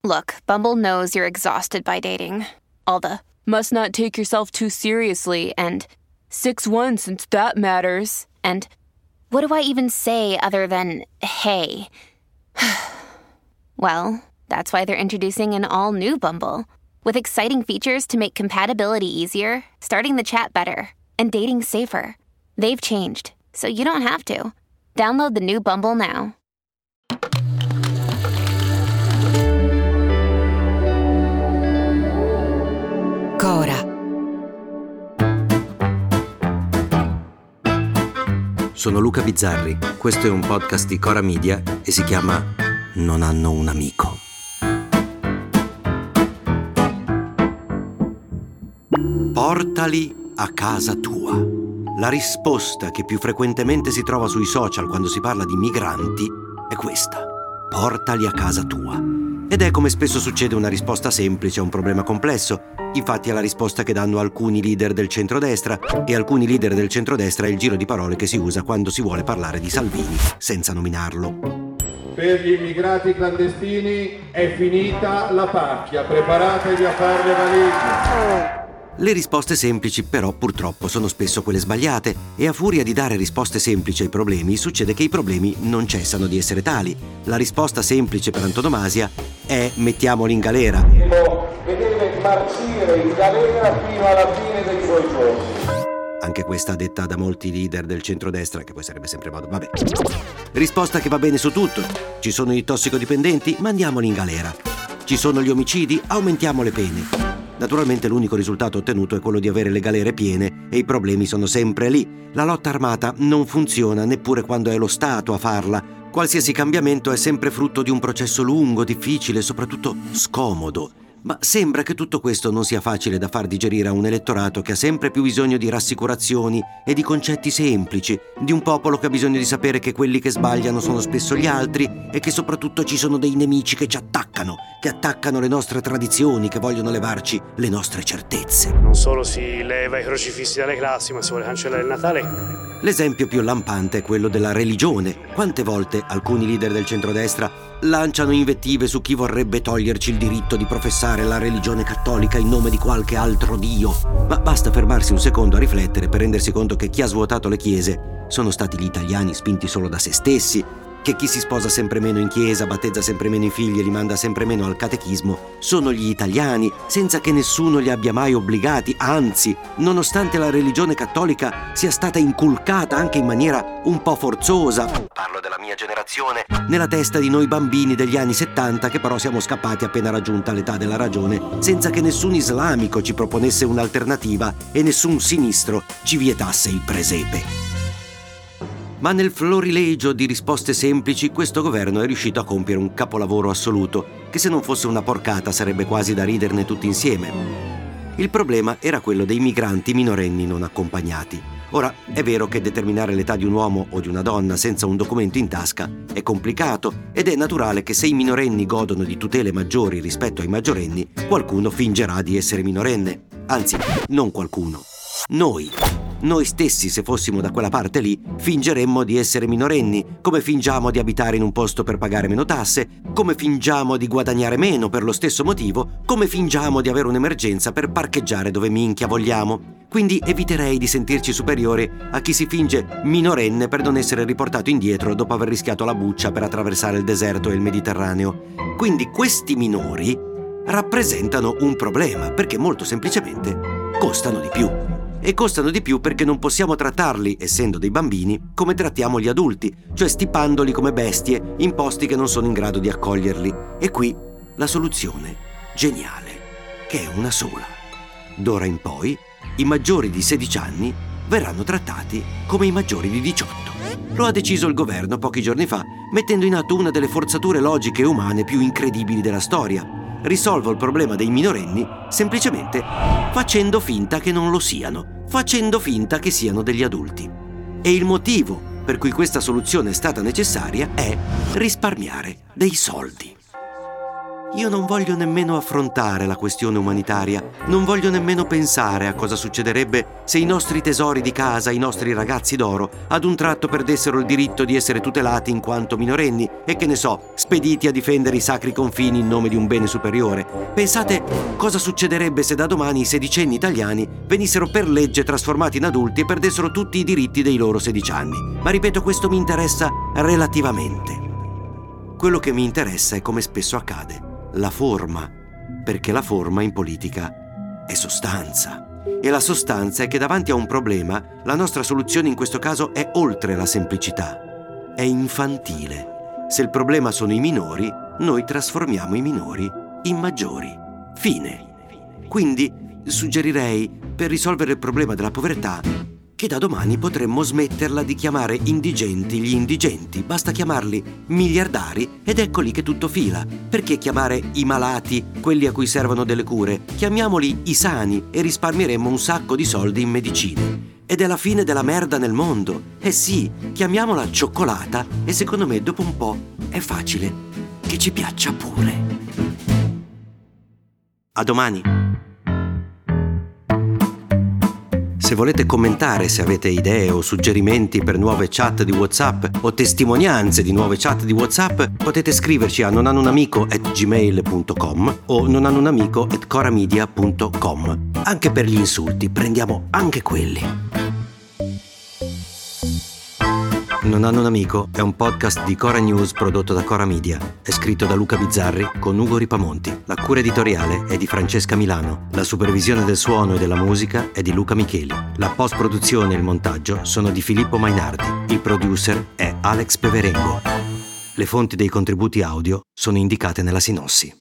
Look, Bumble knows you're exhausted by dating. All the must not take yourself too seriously and 6'1" since that matters. And what do I even say other than hey? Well, that's why they're introducing an all-new Bumble with exciting features to make compatibility easier, starting the chat better, and dating safer. They've changed, so you don't have to. Download the new Bumble now. Cora. Sono Luca Bizzarri, questo è un podcast di Cora Media e si chiama Non hanno un amico. Portali a casa tua. La risposta che più frequentemente si trova sui social quando si parla di migranti è questa: portali a casa tua. Ed è, come spesso succede, una risposta semplice a un problema complesso. Infatti è la risposta che danno alcuni leader del centrodestra, e alcuni leader del centrodestra è il giro di parole che si usa quando si vuole parlare di Salvini senza nominarlo. Per gli immigrati clandestini è finita la pacchia, preparatevi a fare le valigie. Le risposte semplici però purtroppo sono spesso quelle sbagliate, e a furia di dare risposte semplici ai problemi succede che i problemi non cessano di essere tali. La risposta semplice per antonomasia è mettiamoli in galera. Che deve marcire in galera fino alla fine dei suoi giorni. Anche questa detta da molti leader del centrodestra, che poi sarebbe sempre modo. Vabbè. Risposta che va bene su tutto. Ci sono i tossicodipendenti? Mandiamoli in galera. Ci sono gli omicidi? Aumentiamo le pene. Naturalmente l'unico risultato ottenuto è quello di avere le galere piene e i problemi sono sempre lì. La lotta armata non funziona neppure quando è lo Stato a farla. Qualsiasi cambiamento è sempre frutto di un processo lungo, difficile e soprattutto scomodo. Ma sembra che tutto questo non sia facile da far digerire a un elettorato che ha sempre più bisogno di rassicurazioni e di concetti semplici, di un popolo che ha bisogno di sapere che quelli che sbagliano sono spesso gli altri e che soprattutto ci sono dei nemici che ci attaccano, che attaccano le nostre tradizioni, che vogliono levarci le nostre certezze. Non solo si leva i crocifissi dalle classi, ma si vuole cancellare il Natale. L'esempio più lampante è quello della religione. Quante volte alcuni leader del centrodestra lanciano invettive su chi vorrebbe toglierci il diritto di professare la religione cattolica in nome di qualche altro dio. Ma basta fermarsi un secondo a riflettere per rendersi conto che chi ha svuotato le chiese sono stati gli italiani spinti solo da se stessi, che chi si sposa sempre meno in chiesa, battezza sempre meno i figli e li manda sempre meno al catechismo sono gli italiani, senza che nessuno li abbia mai obbligati. Anzi, nonostante la religione cattolica sia stata inculcata anche in maniera un po' forzosa, parlo della mia generazione, nella testa di noi bambini degli anni 70, che però siamo scappati appena raggiunta l'età della ragione, senza che nessun islamico ci proponesse un'alternativa e nessun sinistro ci vietasse il presepe. Ma nel florilegio di risposte semplici questo governo è riuscito a compiere un capolavoro assoluto, che se non fosse una porcata sarebbe quasi da riderne tutti insieme. Il problema era quello dei migranti minorenni non accompagnati. Ora, è vero che determinare l'età di un uomo o di una donna senza un documento in tasca è complicato, ed è naturale che se i minorenni godono di tutele maggiori rispetto ai maggiorenni, qualcuno fingerà di essere minorenne. Anzi, non qualcuno. Noi stessi, se fossimo da quella parte lì, fingeremmo di essere minorenni, come fingiamo di abitare in un posto per pagare meno tasse, come fingiamo di guadagnare meno per lo stesso motivo, come fingiamo di avere un'emergenza per parcheggiare dove minchia vogliamo. Quindi eviterei di sentirci superiori a chi si finge minorenne per non essere riportato indietro dopo aver rischiato la buccia per attraversare il deserto e il Mediterraneo. Quindi questi minori rappresentano un problema, perché molto semplicemente costano di più. E costano di più perché non possiamo trattarli, essendo dei bambini, come trattiamo gli adulti, cioè stipandoli come bestie in posti che non sono in grado di accoglierli. E qui la soluzione geniale, che è una sola. D'ora in poi i maggiori di 16 anni verranno trattati come i maggiori di 18. Lo ha deciso il governo pochi giorni fa, mettendo in atto una delle forzature logiche e umane più incredibili della storia. Risolvo il problema dei minorenni semplicemente facendo finta che non lo siano, facendo finta che siano degli adulti. E il motivo per cui questa soluzione è stata necessaria è risparmiare dei soldi. Io non voglio nemmeno affrontare la questione umanitaria, non voglio nemmeno pensare a cosa succederebbe se i nostri tesori di casa, i nostri ragazzi d'oro, ad un tratto perdessero il diritto di essere tutelati in quanto minorenni e, che ne so, spediti a difendere i sacri confini in nome di un bene superiore. Pensate cosa succederebbe se da domani i sedicenni italiani venissero per legge trasformati in adulti e perdessero tutti i diritti dei loro 16 anni. Ma ripeto, questo mi interessa relativamente. Quello che mi interessa è, come spesso accade, la forma, perché la forma in politica è sostanza. E la sostanza è che davanti a un problema, la nostra soluzione in questo caso è oltre la semplicità. È infantile. Se il problema sono i minori, noi trasformiamo i minori in maggiori. Fine. Quindi suggerirei, per risolvere il problema della povertà, che da domani potremmo smetterla di chiamare indigenti gli indigenti, basta chiamarli miliardari ed ecco lì che tutto fila. Perché chiamare i malati quelli a cui servono delle cure? Chiamiamoli i sani e risparmieremmo un sacco di soldi in medicine. Ed è la fine della merda nel mondo. Eh sì, chiamiamola cioccolata e secondo me dopo un po' è facile che ci piaccia pure. A domani! Se volete commentare, se avete idee o suggerimenti per nuove chat di WhatsApp o testimonianze di nuove chat di WhatsApp, potete scriverci a nonhanunamico@gmail.com o nonhanunamico@coramedia.com. Anche per gli insulti, prendiamo anche quelli. Non hanno un amico è un podcast di Cora News prodotto da Cora Media. È scritto da Luca Bizzarri con Ugo Ripamonti. La cura editoriale è di Francesca Milano. La supervisione del suono e della musica è di Luca Micheli. La post-produzione e il montaggio sono di Filippo Mainardi. Il producer è Alex Peverengo. Le fonti dei contributi audio sono indicate nella sinossi.